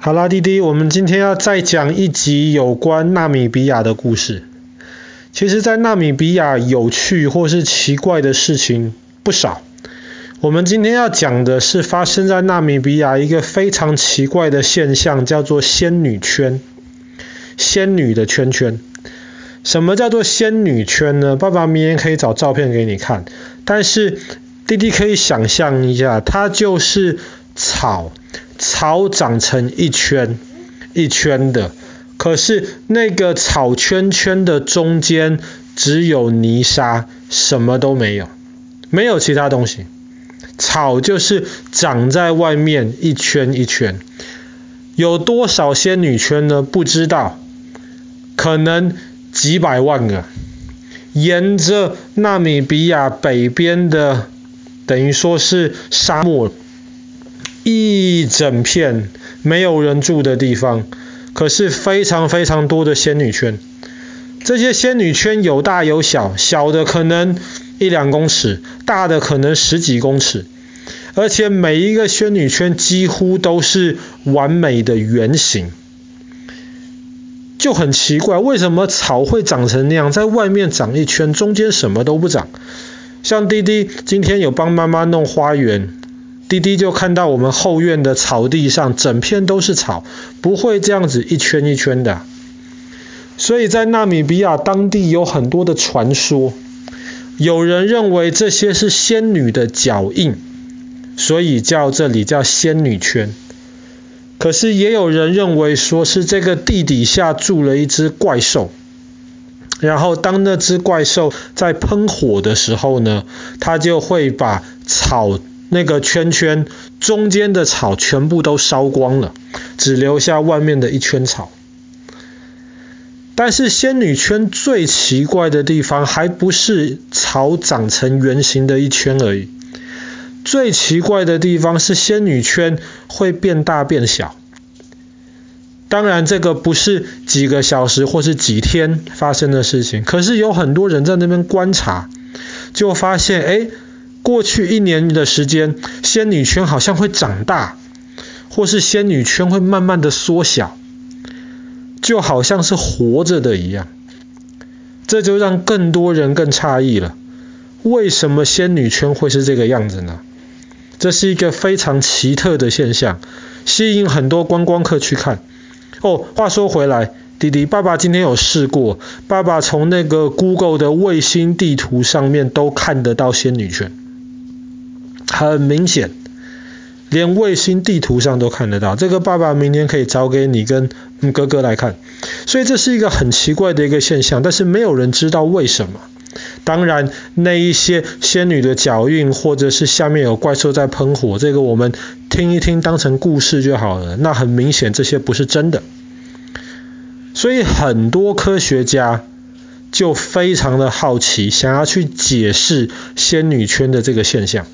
好啦，弟弟，我们今天要再讲一集有关纳米比亚的故事。其实，在纳米比亚有趣或是奇怪的事情不少。我们今天要讲的是发生在纳米比亚一个非常奇怪的现象，叫做仙女圈。仙女的圈圈。什么叫做仙女圈呢？爸爸明天可以找照片给你看。但是弟弟可以想象一下，它就是草长成一圈一圈的，可是那个草圈圈的中间只有泥沙，什么都没有，没有其他东西。草就是长在外面一圈一圈。有多少仙女圈呢？不知道，可能几百万个。沿着纳米比亚北边的，等于说是沙漠，一整片没有人住的地方，可是非常非常多的仙女圈。这些仙女圈有大有小，小的可能1-2公尺，大的可能10几公尺，而且每一个仙女圈几乎都是完美的圆形。就很奇怪，为什么草会长成那样，在外面长一圈，中间什么都不长。像弟弟今天有帮妈妈弄花园，弟弟就看到我们后院的草地上整片都是草，不会这样子一圈一圈的。所以在纳米比亚当地有很多的传说，有人认为这些是仙女的脚印，所以这里叫仙女圈。可是也有人认为说是这个地底下住了一只怪兽，然后当那只怪兽在喷火的时候呢，它就会把草那个圈圈中间的草全部都烧光了，只留下外面的一圈草。但是仙女圈最奇怪的地方还不是草长成圆形的一圈而已，最奇怪的地方是仙女圈会变大变小。当然这个不是几个小时或是几天发生的事情，可是有很多人在那边观察，就发现过去1年的时间，仙女圈好像会长大，或是仙女圈会慢慢的缩小，就好像是活着的一样。这就让更多人更诧异了，为什么仙女圈会是这个样子呢？这是一个非常奇特的现象，吸引很多观光客去看。话说回来，弟弟，爸爸今天有试过，爸爸从那个 Google 的卫星地图上面都看得到仙女圈，很明显，连卫星地图上都看得到。这个爸爸明天可以找给你跟哥哥来看。所以这是一个很奇怪的一个现象，但是没有人知道为什么。当然那一些仙女的脚印，或者是下面有怪兽在喷火，这个我们听一听当成故事就好了。那很明显这些不是真的。所以很多科学家就非常的好奇，想要去解释仙女圈的这个现象。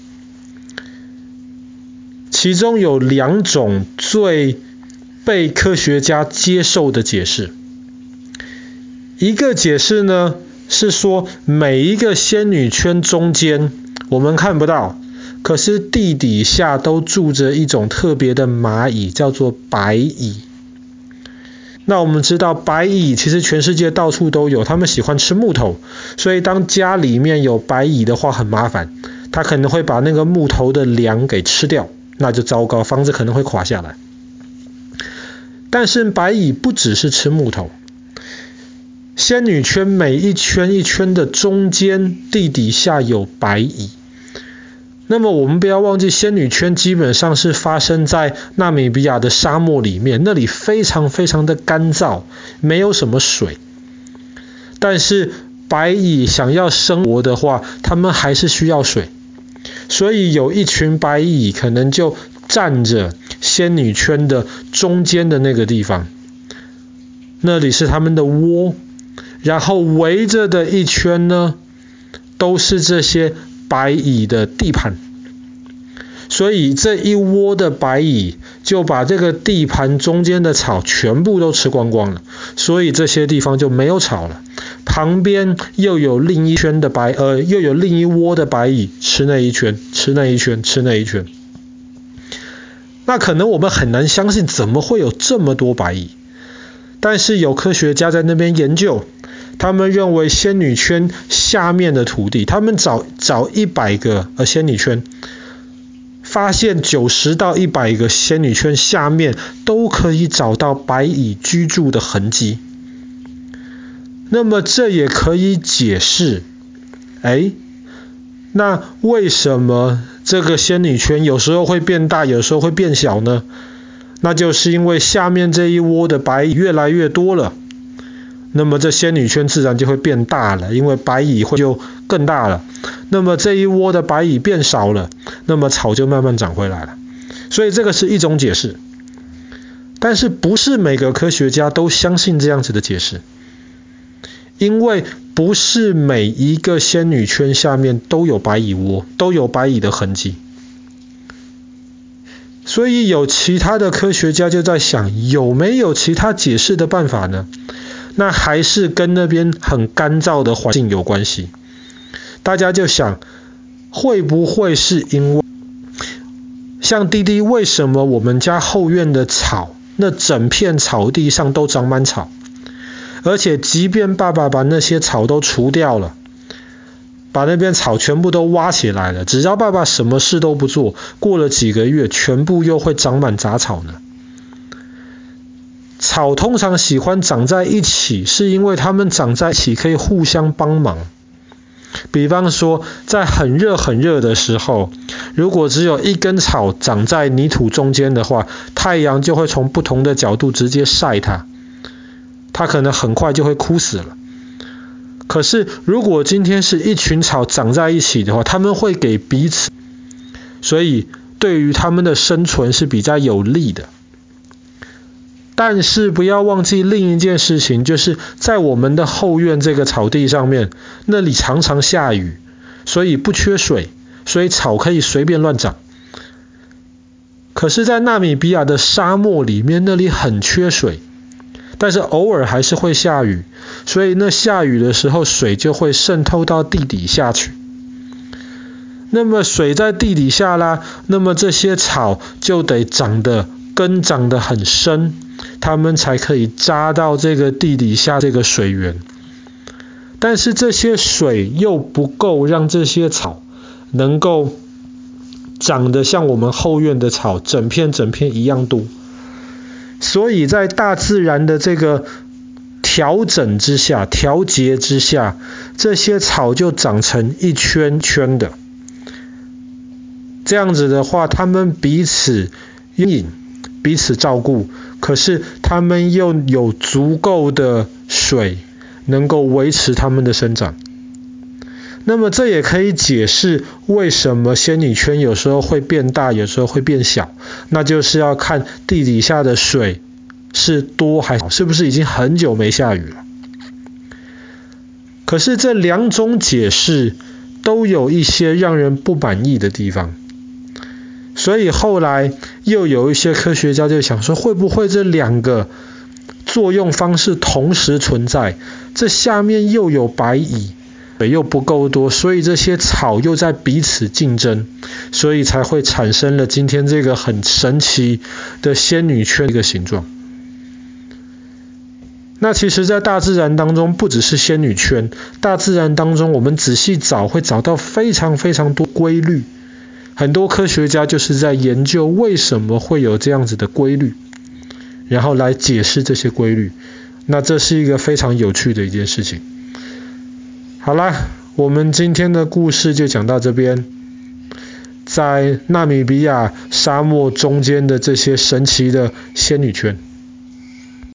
其中有2种最被科学家接受的解释。一个解释呢，是说每一个仙女圈中间我们看不到，可是地底下都住着一种特别的蚂蚁，叫做白蚁。那我们知道白蚁其实全世界到处都有，它们喜欢吃木头，所以当家里面有白蚁的话很麻烦，它可能会把那个木头的梁给吃掉，那就糟糕，房子可能会垮下来。但是白蚁不只是吃木头，仙女圈每一圈一圈的中间地底下有白蚁。那么我们不要忘记，仙女圈基本上是发生在纳米比亚的沙漠里面，那里非常非常的干燥，没有什么水。但是白蚁想要生活的话，它们还是需要水，所以有一群白蚁可能就站着仙女圈的中间的那个地方，那里是它们的窝，然后围着的一圈呢，都是这些白蚁的地盘。所以这一窝的白蚁就把这个地盘中间的草全部都吃光光了，所以这些地方就没有草了。旁边又有另一窝的白蚁吃那一圈，吃那一圈，吃那一圈。 那可能我们很难相信怎么会有这么多白蚁，但是有科学家在那边研究，他们认为仙女圈下面的土地，他们找100个仙女圈，发现90到100个仙女圈下面都可以找到白蚁居住的痕迹。那么这也可以解释，那为什么这个仙女圈有时候会变大，有时候会变小呢？那就是因为下面这一窝的白蚁越来越多了，那么这仙女圈自然就会变大了，因为白蚁会就更大了。那么这一窝的白蚁变少了，那么草就慢慢长回来了。所以这个是一种解释，但是不是每个科学家都相信这样子的解释，因为不是每一个仙女圈下面都有白蚁窝，都有白蚁的痕迹。所以有其他的科学家就在想，有没有其他解释的办法呢？那还是跟那边很干燥的环境有关系。大家就想，会不会是因为像弟弟，为什么我们家后院的草，那整片草地上都长满草，而且即便爸爸把那些草都除掉了，把那边草全部都挖起来了，只要爸爸什么事都不做，过了几个月全部又会长满杂草呢？草通常喜欢长在一起，是因为它们长在一起可以互相帮忙。比方说在很热很热的时候，如果只有一根草长在泥土中间的话，太阳就会从不同的角度直接晒它，它可能很快就会枯死了。可是如果今天是一群草长在一起的话，它们会给彼此，所以对于它们的生存是比较有利的。但是不要忘记另一件事情，就是在我们的后院这个草地上面，那里常常下雨，所以不缺水，所以草可以随便乱长。可是在纳米比亚的沙漠里面，那里很缺水，但是偶尔还是会下雨，所以那下雨的时候水就会渗透到地底下去。那么水在地底下啦，那么这些草就得根长得很深，它们才可以扎到这个地底下这个水源。但是这些水又不够让这些草能够长得像我们后院的草整片一样多。所以在大自然的这个调节之下，这些草就长成一圈圈的。这样子的话，它们彼此阴影，彼此照顾，可是它们又有足够的水能够维持它们的生长。那么这也可以解释为什么仙女圈有时候会变大，有时候会变小，那就是要看地底下的水是多还是少，是不是已经很久没下雨了。可是这两种解释都有一些让人不满意的地方，所以后来又有一些科学家就想说，会不会这两个作用方式同时存在，这下面又有白蚁，水又不够多，所以这些草又在彼此竞争，所以才会产生了今天这个很神奇的仙女圈的一个形状。那其实在大自然当中，不只是仙女圈，大自然当中我们仔细找会找到非常多规律。很多科学家就是在研究为什么会有这样子的规律，然后来解释这些规律。那这是一个非常有趣的一件事情。好啦，我们今天的故事就讲到这边。在纳米比亚沙漠中间的这些神奇的仙女圈。